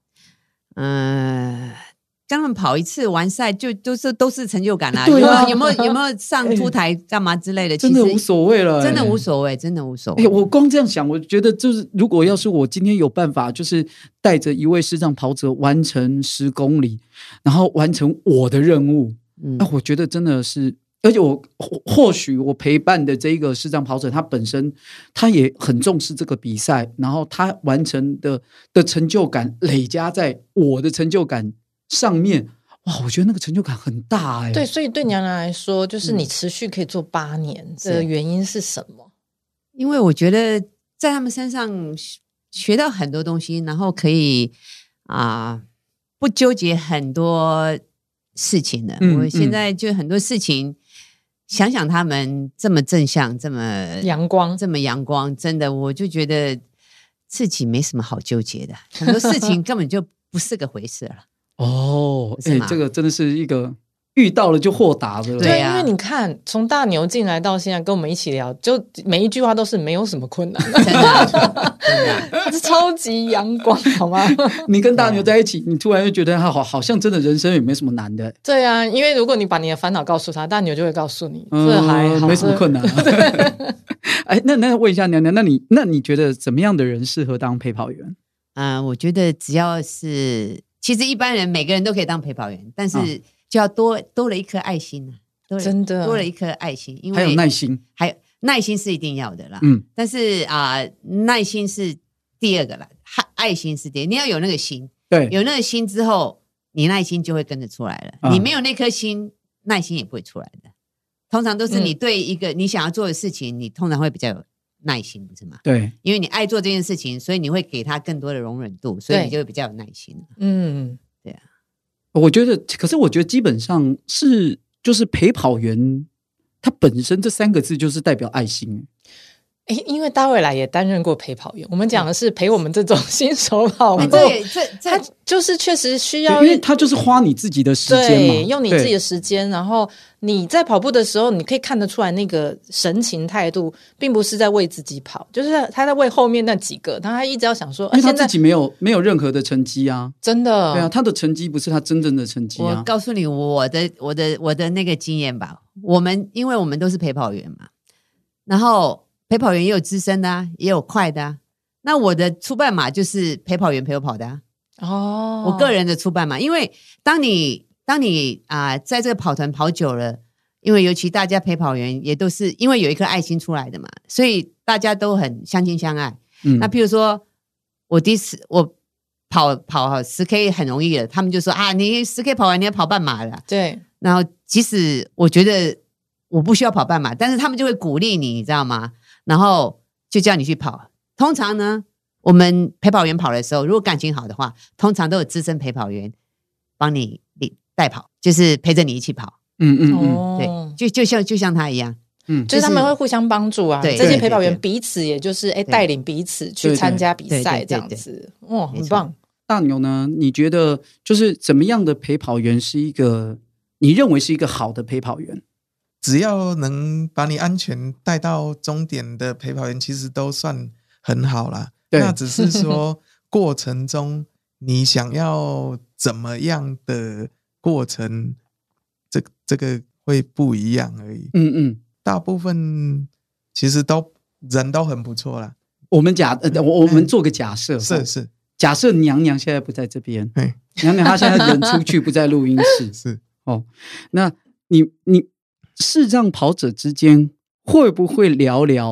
跟他们跑一次完赛就都是成就感啦。 对啊， 有没有上凸台干嘛之类的？ 真的无所谓了， 真的无所谓，真的无所谓。 我光这样想，我觉得就是如果要是我今天有办法，就是带着一位视障跑者完成10公里，然后完成我的任务，那我觉得真的是。而且或许我陪伴的这一个视障跑者，他本身他也很重视这个比赛，然后他完成的成就感累加在我的成就感上面，哇，我觉得那个成就感很大对，所以对娘娘来说，就是你持续可以做8年的原因是什么？ 因为我觉得在他们身上学到很多东西，然后可以不纠结很多事情了。我现在就很多事情。想想他们这么正向，这么阳光，真的，我就觉得自己没什么好纠结的，很多事情根本就不是个回事了。 这个真的是一个遇到了就豁达的。 对啊，因为你看，从大牛进来到现在跟我们一起聊，就每一句话都是没有什么困难， 真的， 他是超级阳光，好吗？ 你跟大牛在一起，你突然就觉得他好像真的人生也没什么难的。 对啊，因为如果你把你的烦恼告诉他，大牛就会告诉你，这还好， 没什么困难。那问一下娘娘，那你觉得怎么样的人适合当陪跑员？ 我觉得只要是，其实一般人每个人都可以当陪跑员，但是就要多了一颗爱心， 真的多了一颗爱心，因为还有耐心， 耐心是一定要的啦。但是耐心是第二个啦，爱心是第二个，你要有那个心， 对， 有那个心之后，你耐心就会跟着出来了。你没有那颗心，耐心也不会出来的。通常都是你对一个你想要做的事情，你通常会比较有耐心，不是吗？ 对， 因为你爱做这件事情，所以你会给他更多的容忍度，所以你就会比较有耐心。对啊。 我觉得基本上就是陪跑员，他本身这3个字就是代表爱心。 因为大卫来也担任过陪跑员，我们讲的是陪我们这种新手跑步，他就是确实需要， 因为他就是花你自己的时间嘛， 对，用你自己的时间，然后你在跑步的时候，你可以看得出来那个神情态度，并不是在为自己跑，就是他在为后面那几个，他一直要想说， 因为他自己没有任何的成绩啊， 真的， 对啊，他的成绩不是他真正的成绩啊。 我告诉你我的那个经验吧，因为我们都是陪跑员嘛，然后。陪跑员也有资深的啊，也有快的啊。那我的初半马就是陪跑员陪我跑的啊。我个人的初半马，因为当你在这个跑团跑久了，因为尤其大家陪跑员也都是因为有一颗爱心出来的嘛，所以大家都很相亲相爱。那譬如说我第一次我跑 10K 很容易了，他们就说你 10K 跑完你要跑半马了。 对， 然后即使我觉得我不需要跑半马，但是他们就会鼓励你知道吗？然后就叫你去跑。通常呢，我们陪跑员跑的时候，如果感情好的话，通常都有资深陪跑员帮你带跑，就是陪着你一起跑。对，就像他一样， 就是他们会互相帮助啊。这些陪跑员彼此也就是带领彼此去参加比赛这样子。很棒。 大牛呢？你觉得就是怎么样的陪跑员是一个你认为是一个好的陪跑员？ 只要能把你安全带到终点的陪跑员，其实都算很好啦。那只是说过程中你想要怎么样的过程，这个会不一样而已。大部分其实人都很不错啦。 我们做个假设， 是假设娘娘现在不在这边，娘娘她现在人出去不在录音室， 是那你视障跑者之间会不会聊聊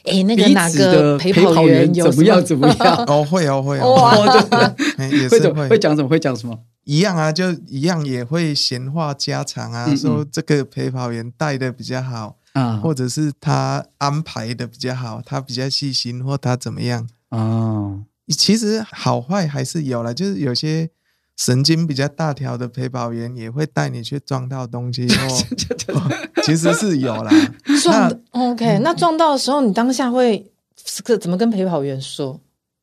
那个哪个陪跑员有怎么样？ 哦，会哦，也是会讲什么？ 一样啊，就一样也会闲话家常啊，说这个陪跑员带的比较好啊，或者是他安排的比较好，他比较细心，或他怎么样啊？其实好坏还是有啦，就是有些神经比较大条的陪跑员也会带你去撞到东西其实是有啦。 OK， 那撞到的时候，你当下会怎么跟陪跑员说？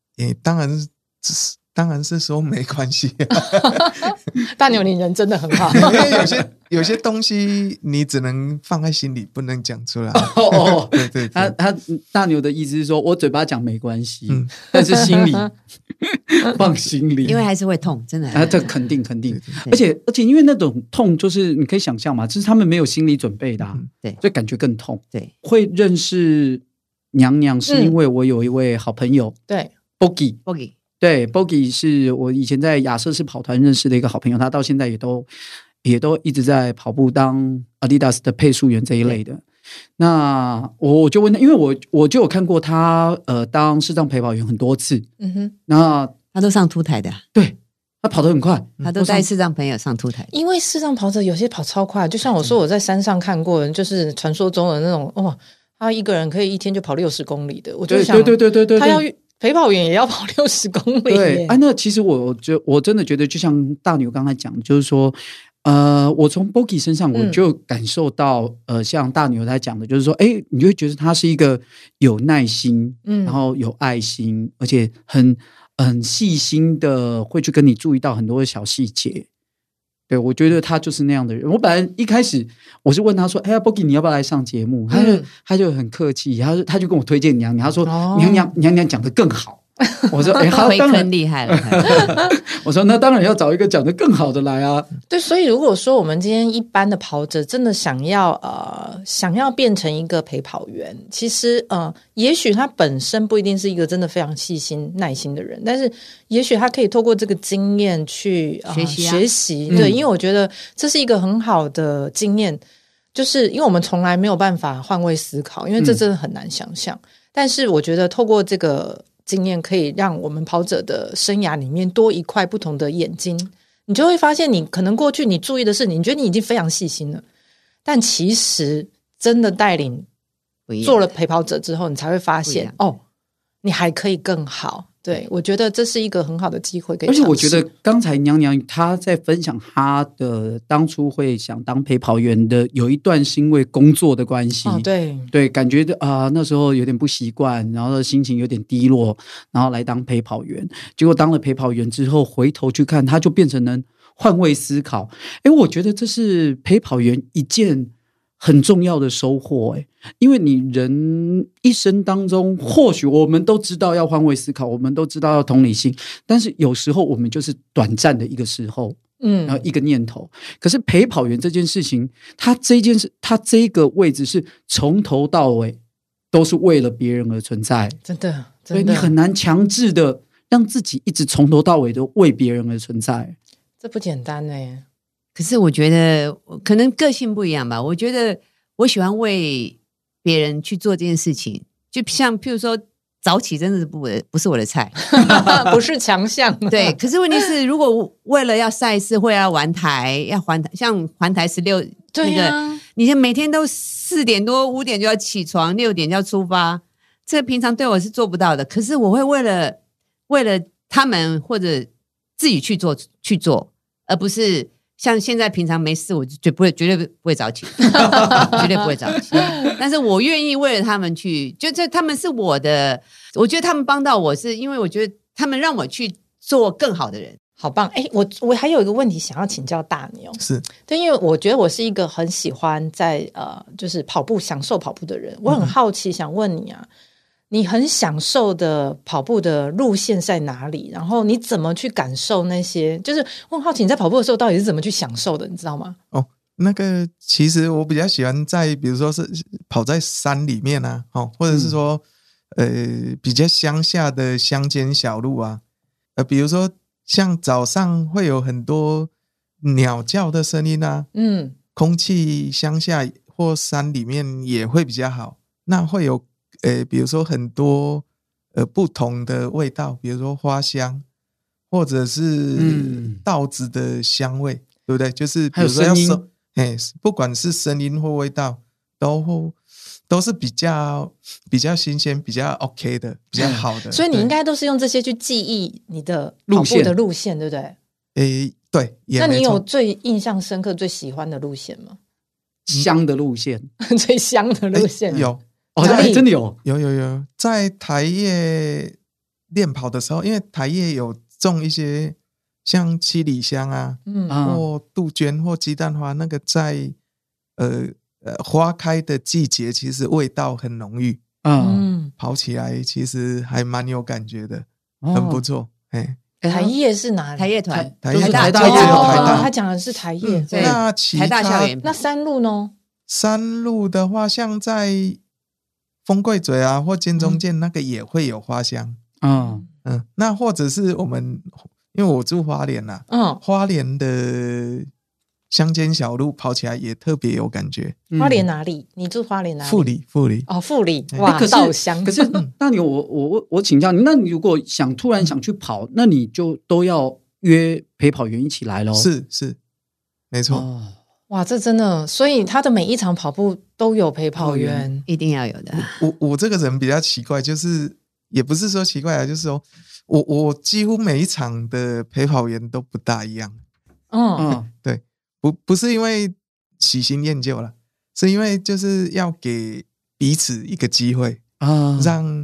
当然是说没关系大牛你人真的很好因为有些东西你只能放在心里，不能讲出来对， 他大牛的意思是说我嘴巴讲没关系但是心里放心里， 因为还是会痛，真的这肯定而且因为那种痛就是你可以想象嘛，就是他们没有心理准备的对， 所以感觉更痛。 对， 会认识娘娘是因为我有一位好朋友对 Bogi 对 Bogi 是我以前在亚瑟士跑团认识的一个好朋友，他到现在也都一直在跑步当 Adidas 的配速员这一类的。那我就问他，因为我就有看过他当视障陪跑员很多次，那他都上凸台的对，他跑得很快， 他都带视障朋友上凸台， 因为视障跑者有些跑超快，就像我说我在山上看过就是传说中的那种他一个人可以一天就跑60公里的，我就想对，他要陪跑员也要跑60公里。 对那其实我真的觉得，就像大牛刚才讲，就是说，我从 Bogi 身上我就感受到，像大牛他讲的，就是说，你就会觉得他是一个有耐心，然后有爱心，而且很细心的，会去跟你注意到很多的小细节。对，我觉得他就是那样的人。我本来一开始我是问他说：“Bogi， 你要不要来上节目？”他就很客气，他就跟我推荐娘娘，他说：“娘娘讲得更好。”我说：“好，当然厉害了。” 我说：“那当然要找一个讲得更好的来啊。” 对，所以如果说我们今天一般的跑者真的想要变成一个陪跑员，其实也许他本身不一定是一个真的非常细心耐心的人，但是也许他可以透过这个经验去学习。对，因为我觉得这是一个很好的经验，就是因为我们从来没有办法换位思考，因为这真的很难想象。但是我觉得透过这个经验可以让我们跑者的生涯里面多一块不同的眼睛，你就会发现你可能过去你注意的是你觉得你已经非常细心了，但其实真的带领做了陪跑者之后，你才会发现你还可以更好。对，我觉得这是一个很好的机会可以尝试。 而且我觉得刚才娘娘她在分享她的当初会想当陪跑员的，有一段是因为工作的关系，对，感觉那时候有点不习惯，然后心情有点低落，然后来当陪跑员。结果当了陪跑员之后，回头去看，他就变成能换位思考。我觉得这是陪跑员一件很重要的收获因为你人一生当中，或许我们都知道要换位思考，我们都知道要同理心，但是有时候我们就是短暂的一个时候，然后一个念头。可是陪跑员这件事情，他这个位置是从头到尾都是为了别人而存在， 真的， 所以你很难强制的让自己一直从头到尾都为别人而存在， 这不简单可是我觉得可能个性不一样吧，我觉得我喜欢为别人去做这件事情，就像譬如说早起真的是不是我的菜不是强项对，可是问题是如果为了要赛事会要环台，像环台16 对你就每天都4点多5点就要起床，6点就要出发，这个平常对我是做不到的。可是我会为了他们或者自己去做，而不是像现在平常没事我就绝对不会早起绝对不会早起但是我愿意为了他们去，就这他们是我的，我觉得他们帮到我是因为我觉得他们让我去做更好的人。 好棒我还有一个问题想要请教大牛， 是对，因为我觉得我是一个很喜欢在就是享受跑步的人，我很好奇想问你你很享受的跑步的路线在哪里？然后你怎么去感受那些？就是我很好奇你在跑步的时候到底是怎么去享受的，你知道吗？ 那个其实我比较喜欢在比如说是跑在山里面或者是说比较乡下的乡间小路比如说像早上会有很多鸟叫的声音空气乡下或山里面也会比较好，那会有比如说很多不同的味道，比如说花香，或者是稻子的香味，对不对？就是比如说要收，不管是声音或味道，都是比较新鲜、比较 OK 的、比较好的。 所以你应该都是用这些去记忆你的跑步的路线，对不对？ 对。 那你有最印象深刻、最喜欢的路线吗？ 香的路线， 最香的路线有真的有， 在台业练跑的时候，因为台业有种一些像七里香啊，或杜鹃或鸡蛋花，那个在花开的季节，其实味道很浓郁，跑起来其实还蛮有感觉的，很不错。 台业是哪里？ 台业团， 台大他讲的是台业。 那台大校园。 那山路呢？ 山路的话，像在丰贵嘴啊或金钟剑那个也会有花香。那或者是我们，因为我住花莲啦，花莲的乡间小路跑起来也特别有感觉。 花莲哪里？你住花莲哪里？ 富里。 富里，哇，稻香。 可是那你我请教你，那你如果突然想去跑，那你就都要约陪跑员一起来咯。 是，没错。 哇，这真的，所以他的每一场跑步都有陪跑员， 一定要有的。 我这个人比较奇怪，就是也不是说奇怪啊，就是说我几乎每一场的陪跑员都不大一样。对，不是因为喜新厌旧了，是因为就是要给彼此一个机会让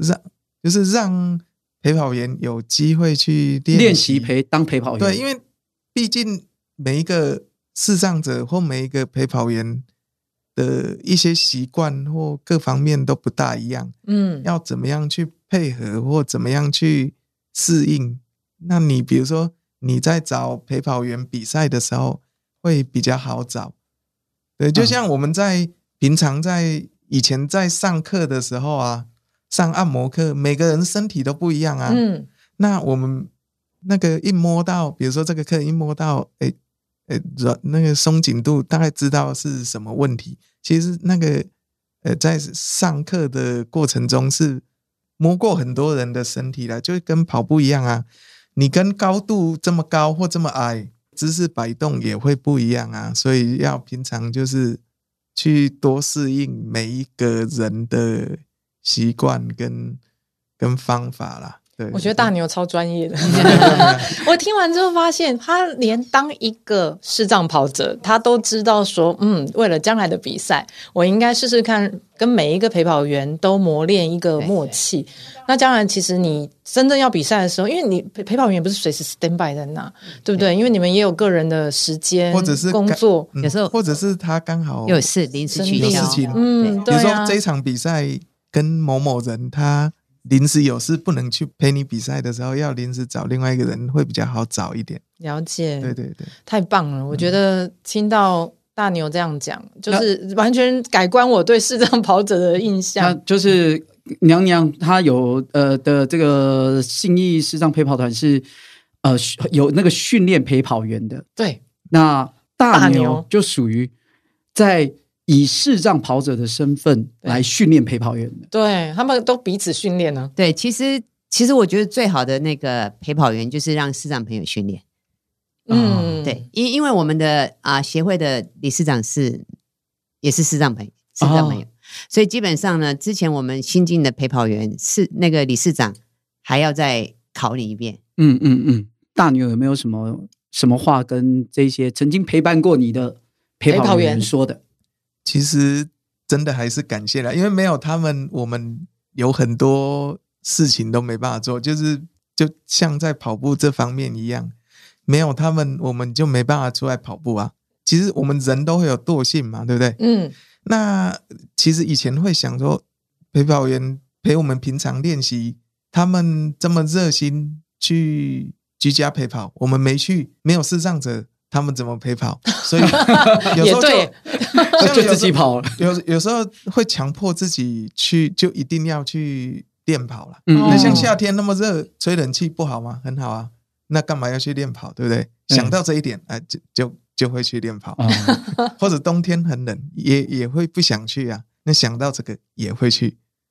陪跑员有机会去练习当陪跑员。 对，因为毕竟每一个视障者或每一个陪跑员的一些习惯或各方面都不大一样，要怎么样去配合或怎么样去适应。那你比如说你在找陪跑员比赛的时候会比较好找。对，就像我们平常以前在上课的时候啊，上按摩课，每个人身体都不一样啊。那我们那个一摸到，比如说这个课一摸到，那个松紧度大概知道是什么问题。其实那个在上课的过程中是摸过很多人的身体了，就跟跑步一样啊。你跟高度这么高或这么矮，姿势摆动也会不一样啊。所以要平常就是去多适应每一个人的习惯跟方法啦。对， 我觉得大牛超专业的。我听完之后发现，他连当一个视障跑者，他都知道说，为了将来的比赛，我应该试试看跟每一个陪跑员都磨练一个默契。那将来其实你真正要比赛的时候，因为你陪跑员也不是随时 stand by 在那，对不对？因为你们也有个人的时间， 或者是工作， 有时候或者是他刚好有事临时取消， 对比如说这一场比赛跟某某人他临时有事不能去陪你比赛的时候，要临时找另外一个人会比较好找一点。 了解， 对， 太棒了！我觉得听到大牛这样讲，就是完全改观我对视障跑者的印象。 那就是娘娘她有的这个信义视障陪跑团是有那个训练陪跑员的。 对， 那大牛就属于在以视障跑者的身份来训练陪跑员的。 对，他们都彼此训练呢。 对，其实我觉得最好的那个陪跑员就是让视障朋友训练。对，因为我们的协会的理事长也是视障朋友，所以基本上呢，之前我们新进的陪跑员是那个理事长还要再考你一遍。 大牛有没有什么话跟这些曾经陪伴过你的陪跑员说的？ 其实真的还是感谢啦，因为没有他们，我们有很多事情都没办法做，就像在跑步这方面一样，没有他们，我们就没办法出来跑步啊。其实我们人都会有惰性嘛，对不对？那其实以前会想说，陪跑员陪我们平常练习，他们这么热心去居家陪跑，我们没去，没有视障者，他们怎么陪跑？所以有时候就自己跑了。 有时候会强迫自己去，就一定要去练跑了。那像夏天那么热，吹冷气不好吗？很好啊。那干嘛要去练跑？对不对？想到这一点，就会去练跑。或者冬天很冷，也会不想去啊。那想到这个也会去。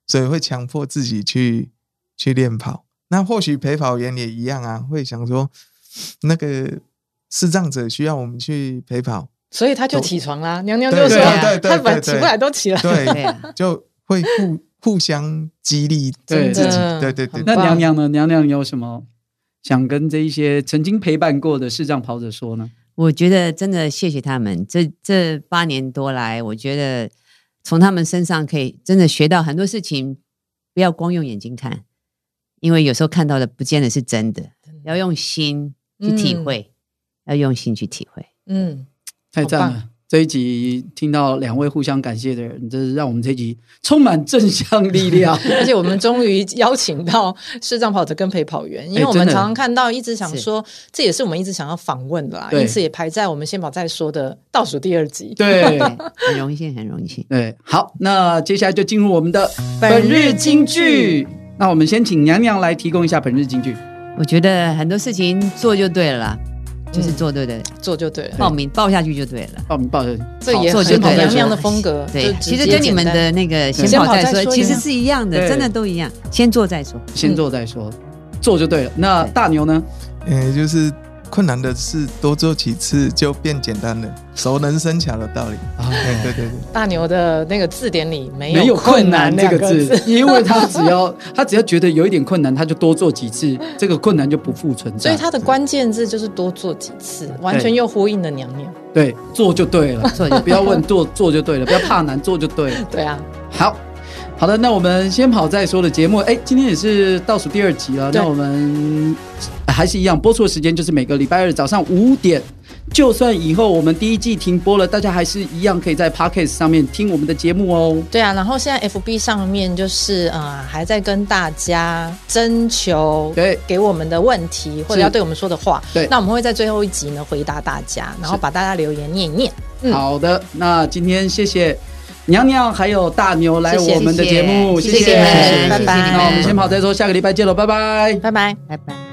所以会强迫自己去练跑。那或许陪跑员也一样啊，会想说那个视障者需要我们去陪跑， 所以他就起床啦。娘娘就说他本来起不来都起来， 对，就会互相激励自己。对。 那娘娘呢？娘娘有什么想跟这一些曾经陪伴过的视障跑者说呢？ 我觉得真的谢谢他们，这8年多来，我觉得从他们身上可以真的学到很多事情，不要光用眼睛看，因为有时候看到的不见得是真的，要用心去体会，要用心去体会。 太赞了！这一集听到2位互相感谢的人，这是让我们这一集充满正向力量。 而且我们终于邀请到视障跑者跟陪跑员，因为我们常常看到，一直想说，这也是我们一直想要访问的啦，因此也排在我们先跑再说的倒数第2集。 对，很荣幸，很荣幸。 对，好，那接下来就进入我们的本日金句。那我们先请娘娘来提供一下本日金句。 我觉得很多事情做就对了啦。就是做对的， 做就对了， 报名报下去就对了， 报名报下去， 这也很娘娘的风格。 对，其实跟你们的那个先跑再说，其实是一样的，真的都一样。先做再说， 先做再说，做就对了。那大牛呢？ 就是困难的事多做几次就变简单了，熟能生巧的道理。对。 大牛的那个字典里没有困难这个字，因为他只要觉得有一点困难，他就多做几次，这个困难就不复存在。 所以他的关键字就是多做几次，完全又呼应了娘娘。 对，做就对了，不要问做就对了，不要怕难，做就对了。 对啊， 好的，那我们先跑再说的节目，今天也是倒数第2集了。那我们还是一样，播出的时间就是每个礼拜2早上5点。就算以后我们第1季停播了，大家还是一样可以在 Podcast 上面听我们的节目哦。 对啊，然后现在 FB 上面就是还在跟大家征求给我们的问题或者要对我们说的话。对，那我们会在最后1集呢回答大家，然后把大家留言念一念。 好的，那今天谢谢娘娘还有大牛来我们的节目，谢谢， 拜拜。 那我们先跑再说，下个礼拜见了，拜拜， 拜拜， 拜拜。